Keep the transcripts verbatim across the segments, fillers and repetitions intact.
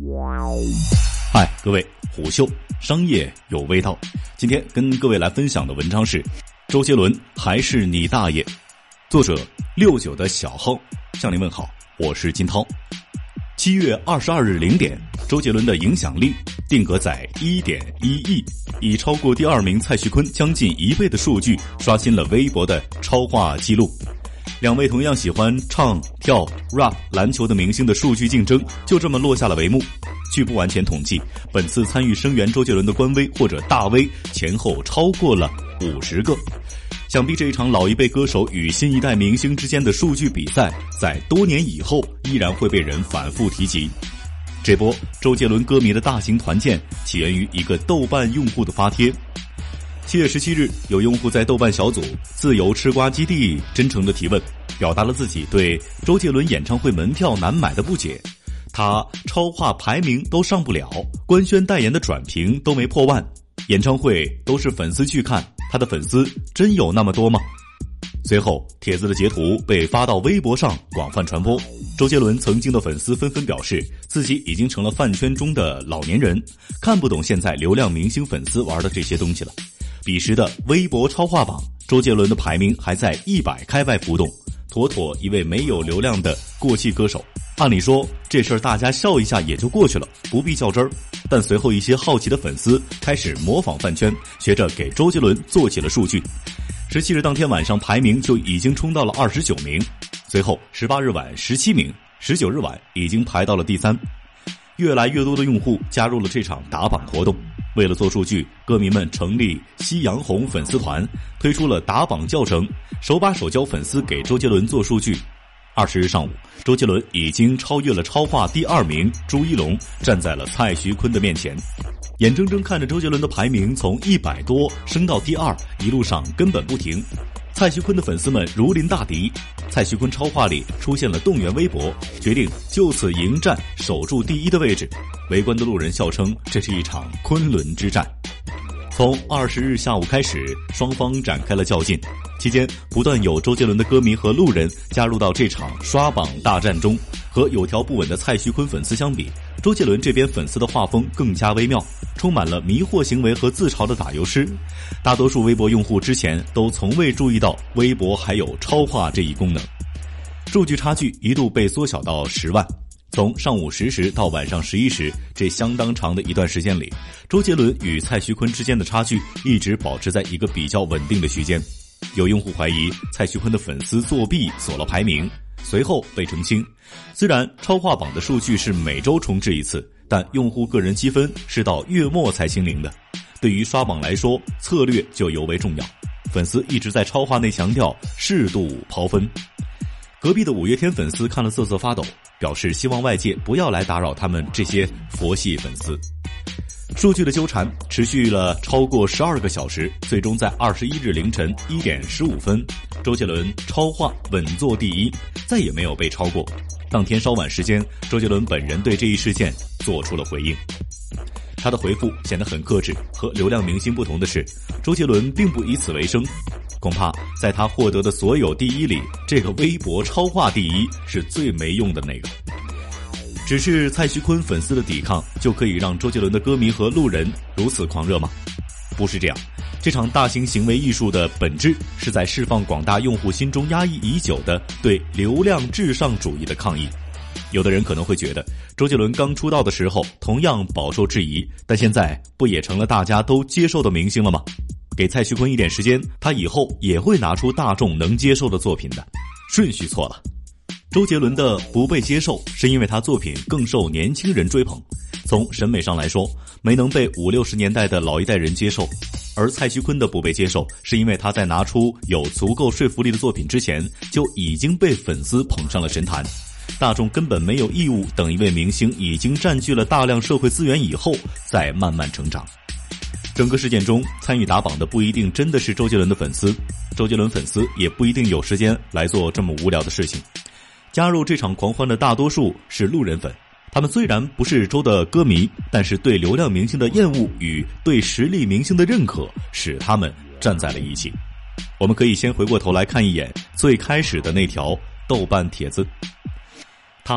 嗨，各位，虎嗅商业有味道。今天跟各位来分享的文章是周杰伦还是你大爷，作者六九的小号向您问好，我是金涛。七月二十二日零点，周杰伦的影响力定格在 一点一亿，以超过第二名蔡徐坤将近一倍的数据刷新了微博的超话记录。两位同样喜欢唱跳 rap 篮球的明星的数据竞争就这么落下了帷幕。据不完全统计，本次参与声援周杰伦的官微或者大 V 前后超过了五十个。想必这一场老一辈歌手与新一代明星之间的数据比赛，在多年以后依然会被人反复提及。这波周杰伦歌迷的大型团建起源于一个豆瓣用户的发帖。七月十七日，有用户在豆瓣小组自由吃瓜基地真诚地提问，表达了自己对周杰伦演唱会门票难买的不解。他超话排名都上不了，官宣代言的转评都没破万，演唱会都是粉丝去看，他的粉丝真有那么多吗？随后帖子的截图被发到微博上广泛传播，周杰伦曾经的粉丝纷纷表示自己已经成了饭圈中的老年人，看不懂现在流量明星粉丝玩的这些东西了。彼时的微博超话榜，周杰伦的排名还在一百开外浮动，妥妥一位没有流量的过气歌手。按理说这事儿大家笑一下也就过去了，不必较真儿。但随后一些好奇的粉丝开始模仿饭圈，学着给周杰伦做起了数据。十七日当天晚上排名就已经冲到了二十九名，随后十八日晚十七名，十九日晚已经排到了第三。越来越多的用户加入了这场打榜活动。为了做数据，歌迷们成立夕阳红粉丝团，推出了打榜教程，手把手教粉丝给周杰伦做数据。二十日上午，周杰伦已经超越了超话第二名朱一龙，站在了蔡徐坤的面前。眼睁睁看着周杰伦的排名从一百多升到第二，一路上根本不停。蔡徐坤的粉丝们如临大敌，蔡徐坤超话里出现了动员微博，决定就此迎战守住第一的位置。围观的路人笑称这是一场昆仑之战。从二十日下午开始，双方展开了较劲，期间不断有周杰伦的歌迷和路人加入到这场刷榜大战中。和有条不紊的蔡徐坤粉丝相比，周杰伦这边粉丝的画风更加微妙，充满了迷惑行为和自嘲的打油诗。大多数微博用户之前都从未注意到微博还有超话这一功能。数据差距一度被缩小到十万。从上午十时到晚上十一时，这相当长的一段时间里，周杰伦与蔡徐坤之间的差距一直保持在一个比较稳定的区间。有用户怀疑蔡徐坤的粉丝作弊锁了排名，随后被澄清。虽然超话榜的数据是每周重置一次，但用户个人积分是到月末才清零的。对于刷榜来说，策略就尤为重要。粉丝一直在超话内强调适度抛分。隔壁的五月天粉丝看了瑟瑟发抖，表示希望外界不要来打扰他们这些佛系粉丝。数据的纠缠持续了超过十二个小时，最终在二十一日凌晨一点十五分，周杰伦超话稳坐第一，再也没有被超过。当天稍晚时间，周杰伦本人对这一事件做出了回应。他的回复显得很克制，和流量明星不同的是，周杰伦并不以此为生。恐怕在他获得的所有第一里，这个微博超话第一是最没用的那个。只是蔡徐坤粉丝的抵抗就可以让周杰伦的歌迷和路人如此狂热吗？不是这样，这场大型行为艺术的本质是在释放广大用户心中压抑已久的对流量至上主义的抗议。有的人可能会觉得周杰伦刚出道的时候同样饱受质疑，但现在不也成了大家都接受的明星了吗？给蔡徐坤一点时间，他以后也会拿出大众能接受的作品的。顺序错了。周杰伦的不被接受是因为他作品更受年轻人追捧，从审美上来说没能被五六十年代的老一代人接受。而蔡徐坤的不被接受是因为他在拿出有足够说服力的作品之前就已经被粉丝捧上了神坛。大众根本没有义务等一位明星已经占据了大量社会资源以后再慢慢成长。整个事件中参与打榜的不一定真的是周杰伦的粉丝，周杰伦粉丝也不一定有时间来做这么无聊的事情。加入这场狂欢的大多数是路人粉，他们虽然不是周的歌迷，但是对流量明星的厌恶与对实力明星的认可使他们站在了一起。我们可以先回过头来看一眼最开始的那条豆瓣帖子。他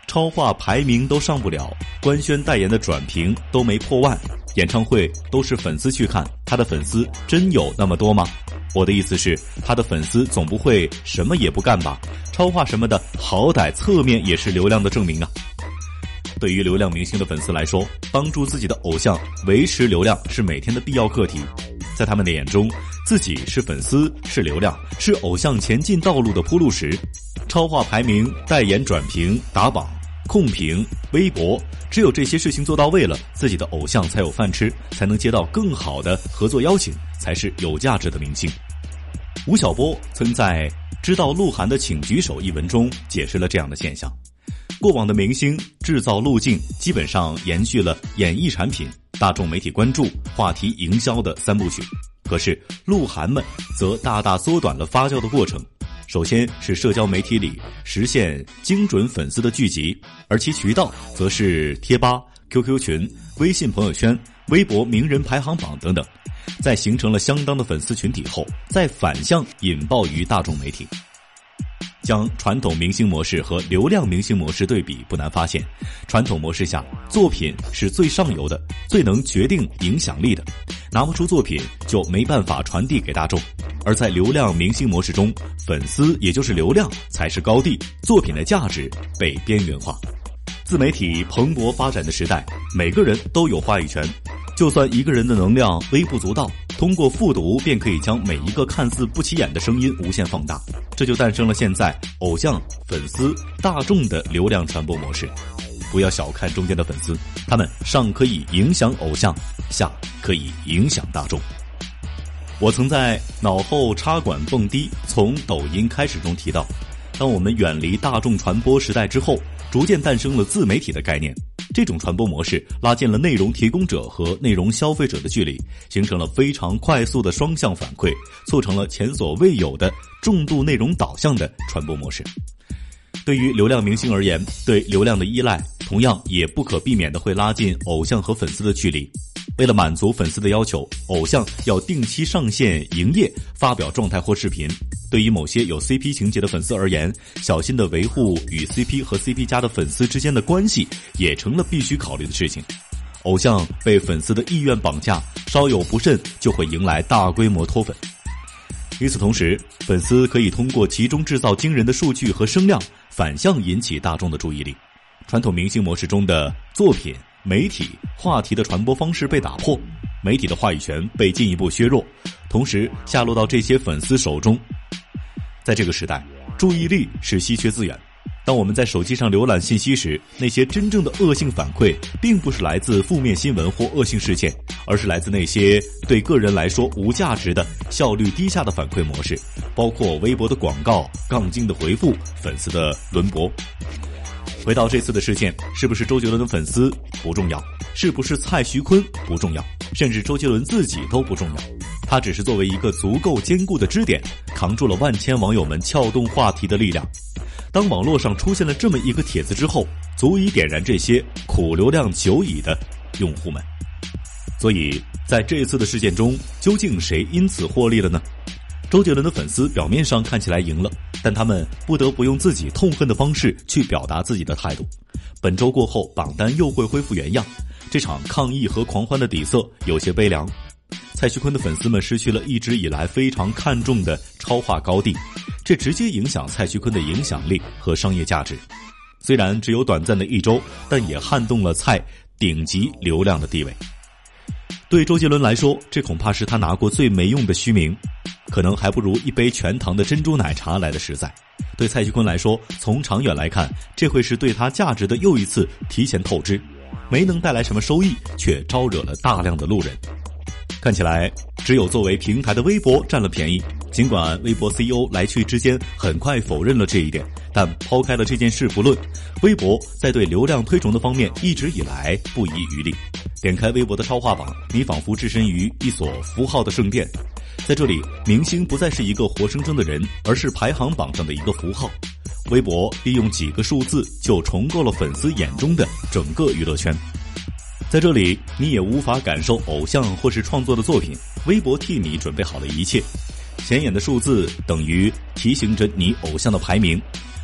超话排名都上不了，官宣代言的转评都没破万，演唱会都是粉丝去看，他的粉丝真有那么多吗？我的意思是，他的粉丝总不会什么也不干吧？超话什么的，好歹侧面也是流量的证明啊。对于流量明星的粉丝来说，帮助自己的偶像维持流量是每天的必要课题。在他们的眼中，自己是粉丝，是流量，是偶像前进道路的铺路石。超话排名、代言转评、打榜、控评、微博，只有这些事情做到位了，自己的偶像才有饭吃，才能接到更好的合作邀请，才是有价值的明星。吴晓波曾在《知道鹿晗的请举手》一文中解释了这样的现象：过往的明星制造路径基本上延续了演艺产品、大众媒体关注、话题营销的三部曲，可是鹿晗们则大大缩短了发酵的过程。首先是社交媒体里实现精准粉丝的聚集，而其渠道则是贴吧、Q Q 群、微信朋友圈、微博名人排行榜等等。在形成了相当的粉丝群体后，再反向引爆于大众媒体。将传统明星模式和流量明星模式对比，不难发现，传统模式下作品是最上游的，最能决定影响力的，拿不出作品就没办法传递给大众。而在流量明星模式中，粉丝也就是流量才是高地，作品的价值被边缘化。自媒体蓬勃发展的时代，每个人都有话语权，就算一个人的能量微不足道，通过复读便可以将每一个看似不起眼的声音无限放大，这就诞生了现在偶像、粉丝、大众的流量传播模式。不要小看中间的粉丝，他们上可以影响偶像，下可以影响大众。我曾在脑后插管蹦迪从抖音开始中提到，当我们远离大众传播时代之后，逐渐诞生了自媒体的概念。这种传播模式拉近了内容提供者和内容消费者的距离，形成了非常快速的双向反馈，促成了前所未有的重度内容导向的传播模式。对于流量明星而言，对流量的依赖同样也不可避免的会拉近偶像和粉丝的距离。为了满足粉丝的要求，偶像要定期上线营业，发表状态或视频。对于某些有 C P 情节的粉丝而言，小心的维护与 C P 和 C P 加的粉丝之间的关系也成了必须考虑的事情。偶像被粉丝的意愿绑架，稍有不慎就会迎来大规模脱粉。与此同时，粉丝可以通过其中制造惊人的数据和声量，反向引起大众的注意力。传统明星模式中的作品、媒体、话题的传播方式被打破，媒体的话语权被进一步削弱，同时下落到这些粉丝手中。在这个时代，注意力是稀缺资源。当我们在手机上浏览信息时，那些真正的恶性反馈并不是来自负面新闻或恶性事件，而是来自那些对个人来说无价值的、效率低下的反馈模式，包括微博的广告、杠精的回复、粉丝的轮博。回到这次的事件，是不是周杰伦的粉丝不重要，是不是蔡徐坤不重要，甚至周杰伦自己都不重要，他只是作为一个足够坚固的支点，扛住了万千网友们撬动话题的力量。当网络上出现了这么一个帖子之后，足以点燃这些苦流量久矣的用户们。所以在这次的事件中，究竟谁因此获利了呢？周杰伦的粉丝表面上看起来赢了，但他们不得不用自己痛恨的方式去表达自己的态度。本周过后，榜单又会恢复原样，这场抗议和狂欢的底色有些悲凉。蔡徐坤的粉丝们失去了一直以来非常看重的超话高地，这直接影响蔡徐坤的影响力和商业价值。虽然只有短暂的一周，但也撼动了蔡顶级流量的地位。对周杰伦来说，这恐怕是他拿过最没用的虚名，可能还不如一杯全糖的珍珠奶茶来的实在。对蔡徐坤来说，从长远来看，这会是对他价值的又一次提前透支，没能带来什么收益，却招惹了大量的路人。看起来只有作为平台的微博占了便宜，尽管微博 C E O 来去之间很快否认了这一点，但抛开了这件事不论，微博在对流量推崇的方面一直以来不遗余力。点开微博的超话榜，你仿佛置身于一所符号的圣殿，在这里，明星不再是一个活生生的人，而是排行榜上的一个符号。微博利用几个数字就重构了粉丝眼中的整个娱乐圈。在这里，你也无法感受偶像或是创作的作品，微博替你准备好了一切。显眼的数字等于提醒着你偶像的排名，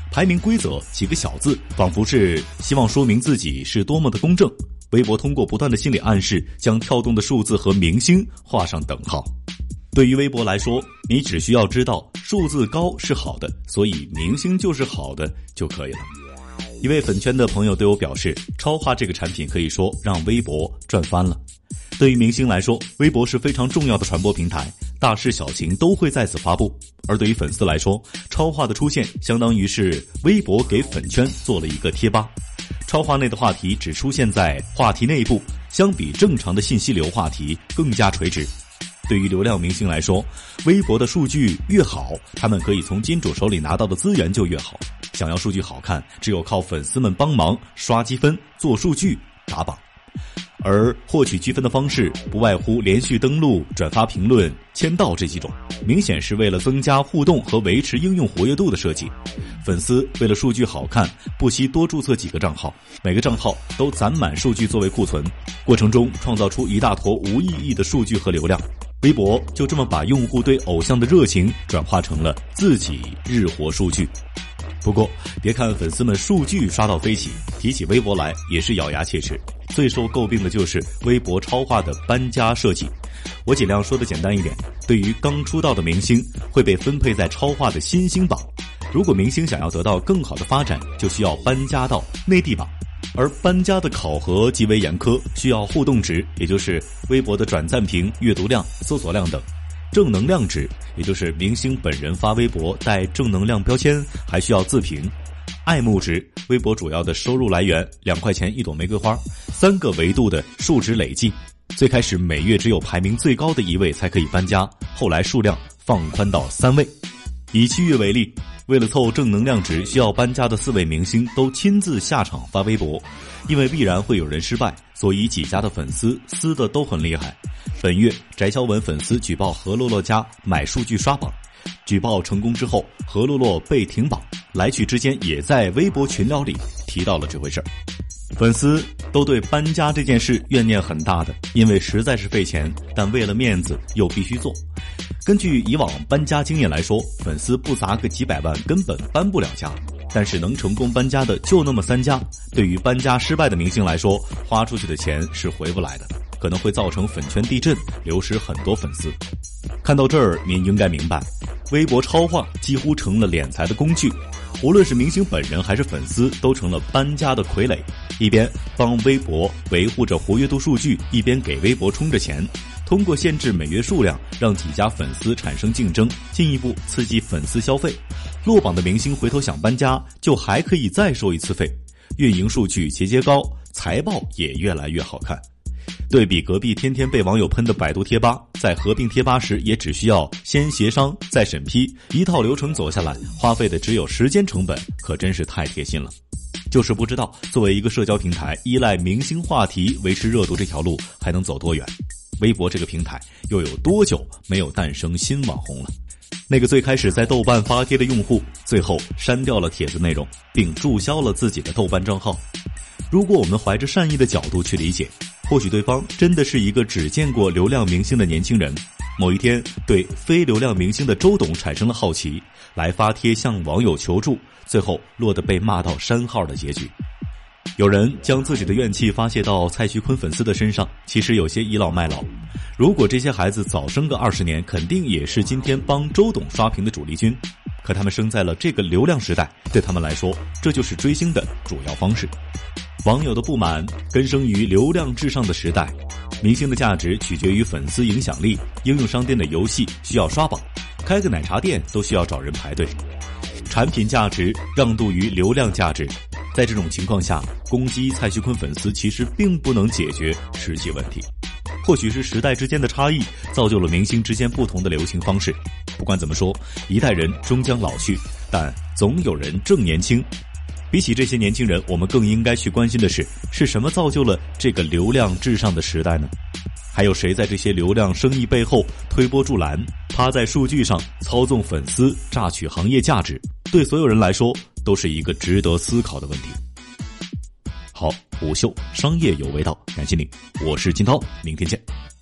排名规则几个小字，仿佛是希望说明自己是多么的公正。微博通过不断的心理暗示，将跳动的数字和明星画上等号。对于微博来说，你只需要知道数字高是好的，所以明星就是好的就可以了。一位粉圈的朋友对我表示，超话这个产品可以说让微博赚翻了。对于明星来说，微博是非常重要的传播平台，大事小情都会在此发布。而对于粉丝来说，超话的出现相当于是微博给粉圈做了一个贴吧。超话内的话题只出现在话题内部，相比正常的信息流话题更加垂直。对于流量明星来说，微博的数据越好，他们可以从金主手里拿到的资源就越好。想要数据好看，只有靠粉丝们帮忙刷积分、做数据、打榜。而获取积分的方式不外乎连续登录、转发评论、签到这几种，明显是为了增加互动和维持应用活跃度的设计。粉丝为了数据好看，不惜多注册几个账号，每个账号都攒满数据作为库存，过程中创造出一大坨无意义的数据和流量。微博就这么把用户对偶像的热情转化成了自己日活数据。不过别看粉丝们数据刷到飞起，提起微博来也是咬牙切齿。最受诟病的就是微博超话的搬家设计。我尽量说的简单一点，对于刚出道的明星，会被分配在超话的新星榜。如果明星想要得到更好的发展，就需要搬家到内地榜。而搬家的考核极为严苛，需要互动值，也就是微博的转赞评、阅读量、搜索量等；正能量值，也就是明星本人发微博带正能量标签，还需要自评；爱慕值，微博主要的收入来源两块钱一朵玫瑰花，三个维度的数值累计。最开始每月只有排名最高的一位才可以搬家，后来数量放宽到三位。以七月为例，为了凑正能量值，需要搬家的四位明星都亲自下场发微博，因为必然会有人失败，所以几家的粉丝撕的都很厉害。本月翟潇闻粉丝举报何洛洛家买数据刷榜，举报成功之后，何洛洛被停榜，来去之间也在微博群聊里提到了这回事儿。粉丝都对搬家这件事怨念很大的，因为实在是费钱，但为了面子又必须做。根据以往搬家经验来说，粉丝不砸个几百万根本搬不了家，但是能成功搬家的就那么三家。对于搬家失败的明星来说，花出去的钱是回不来的，可能会造成粉圈地震，流失很多粉丝。看到这儿，您应该明白，微博超话几乎成了敛财的工具，无论是明星本人还是粉丝，都成了搬家的傀儡，一边帮微博维护着活跃度数据，一边给微博充着钱，通过限制每月数量，让几家粉丝产生竞争，进一步刺激粉丝消费。落榜的明星回头想搬家，就还可以再收一次费，运营数据节节高，财报也越来越好看。对比隔壁天天被网友喷的百度贴吧，在合并贴吧时也只需要先协商再审批，一套流程走下来，花费的只有时间成本，可真是太贴心了。就是不知道作为一个社交平台，依赖明星话题维持热度这条路还能走多远。微博这个平台又有多久没有诞生新网红了？那个最开始在豆瓣发帖的用户，最后删掉了帖子内容，并注销了自己的豆瓣账号。如果我们怀着善意的角度去理解，或许对方真的是一个只见过流量明星的年轻人，某一天对非流量明星的周董产生了好奇，来发帖向网友求助，最后落得被骂到删号的结局。有人将自己的怨气发泄到蔡徐坤粉丝的身上，其实有些倚老卖老。如果这些孩子早生个二十年，肯定也是今天帮周董刷屏的主力军。可他们生在了这个流量时代，对他们来说，这就是追星的主要方式。网友的不满根生于流量至上的时代，明星的价值取决于粉丝影响力，应用商店的游戏需要刷榜，开个奶茶店都需要找人排队，产品价值让渡于流量价值。在这种情况下，攻击蔡徐坤粉丝其实并不能解决实际问题。或许是时代之间的差异，造就了明星之间不同的流行方式。不管怎么说，一代人终将老去，但总有人正年轻。比起这些年轻人，我们更应该去关心的是，是什么造就了这个流量至上的时代呢？还有谁在这些流量生意背后推波助澜，趴在数据上操纵粉丝，榨取行业价值？对所有人来说，都是一个值得思考的问题。好，午休商业有味道，感谢你，我是金涛，明天见。